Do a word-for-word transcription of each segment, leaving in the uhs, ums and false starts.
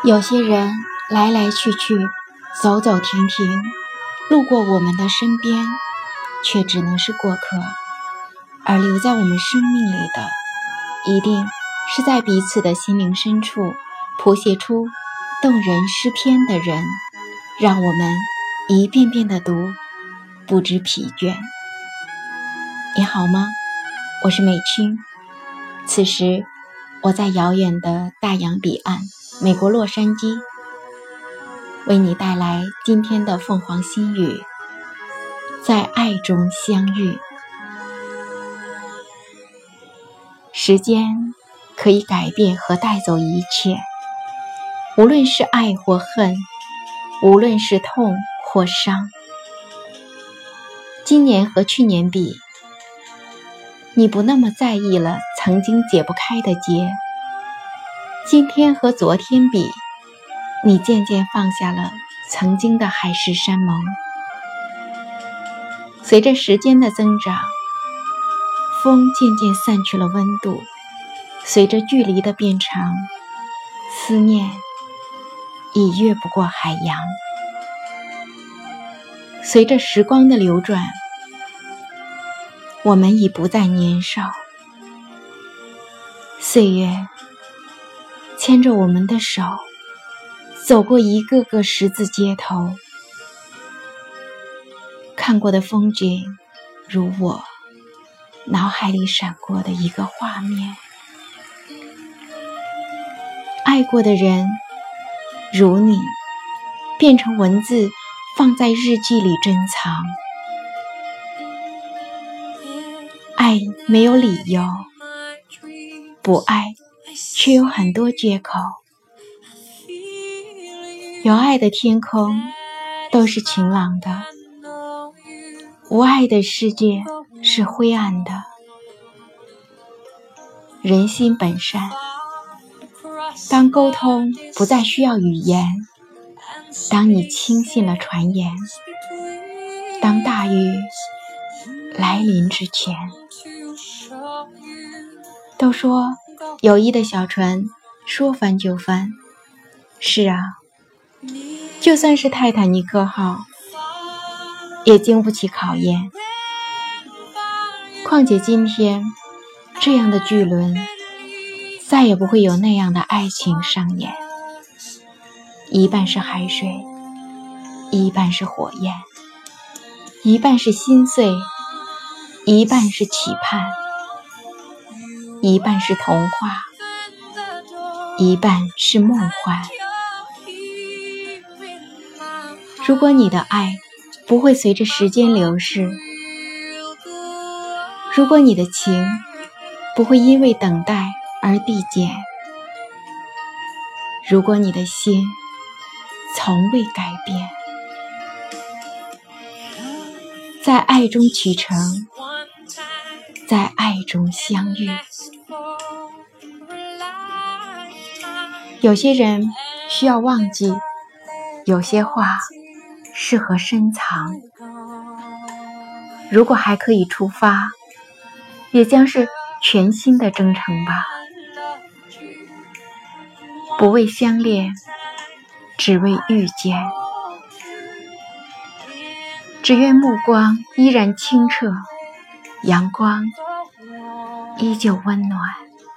有些人来来去去，走走停停，路过我们的身边，却只能是过客，而留在我们生命里的，一定是在彼此的心灵深处谱写出动人诗篇的人，让我们一遍遍的读，不知疲倦。你好吗？我是美青，此时我在遥远的大洋彼岸，美国洛杉矶，为你带来今天的凤凰心语，在爱中相遇。时间可以改变和带走一切，无论是爱或恨，无论是痛或伤。今年和去年比，你不那么在意了曾经解不开的结，今天和昨天比，你渐渐放下了曾经的海誓山盟。随着时间的增长，风渐渐散去了温度，随着距离的变长，思念已越不过海洋。随着时光的流转，我们已不再年少，岁月牵着我们的手，走过一个个十字街头，看过的风景如我脑海里闪过的一个画面，爱过的人如你，变成文字放在日记里珍藏。爱没有理由，不爱却有很多借口。有爱的天空都是晴朗的，无爱的世界是灰暗的。人心本善，当沟通不再需要语言，当你轻信了传言，当大雨来临之前。都说友谊的小船说翻就翻，是啊，就算是泰坦尼克号也经不起考验。况且今天这样的巨轮再也不会有那样的爱情上演，一半是海水，一半是火焰，一半是心碎，一半是期盼，一半是童话，一半是梦幻。如果你的爱不会随着时间流逝，如果你的情不会因为等待而递减，如果你的心从未改变，在爱中启程，在爱中相遇。有些人需要忘记，有些话适合深藏。如果还可以出发，也将是全新的征程吧。不为相恋，只为遇见。只愿目光依然清澈，阳光依旧温暖。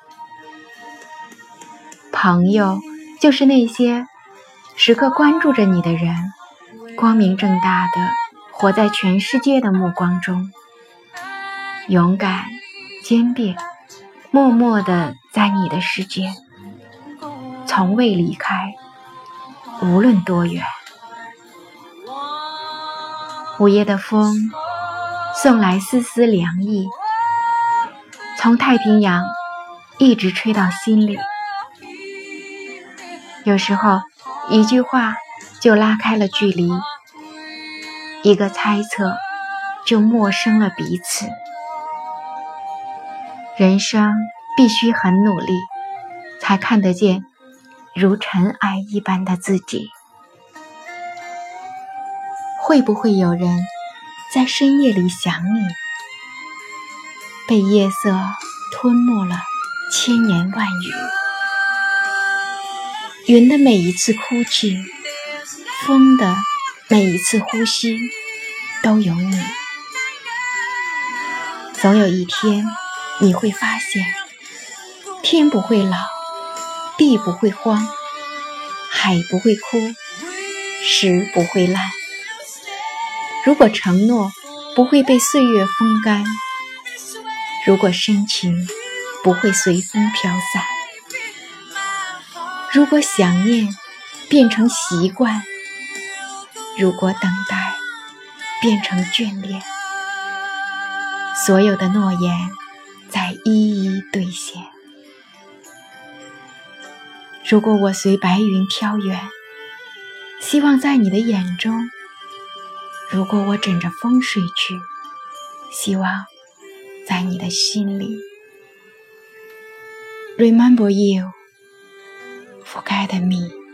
朋友就是那些时刻关注着你的人，光明正大的活在全世界的目光中，勇敢坚定，默默地在你的世界，从未离开，无论多远。午夜的风送来丝丝凉意，从太平洋一直吹到心里。有时候一句话就拉开了距离，一个猜测就陌生了彼此。人生必须很努力，才看得见如尘埃一般的自己。会不会有人在深夜里想你，被夜色吞没了千言万语？ 云的每一次哭泣，风的每一次呼吸，都有你。总有一天，你会发现，天不会老，地不会荒，海不会枯，石不会烂。如果承诺不会被岁月风干，如果深情不会随风飘散，如果想念变成习惯，如果等待变成眷恋，所有的诺言在一一兑现。如果我随白云飘远，希望在你的眼中；如果我枕着风睡去，希望在你的心里。 Remember you, forget me.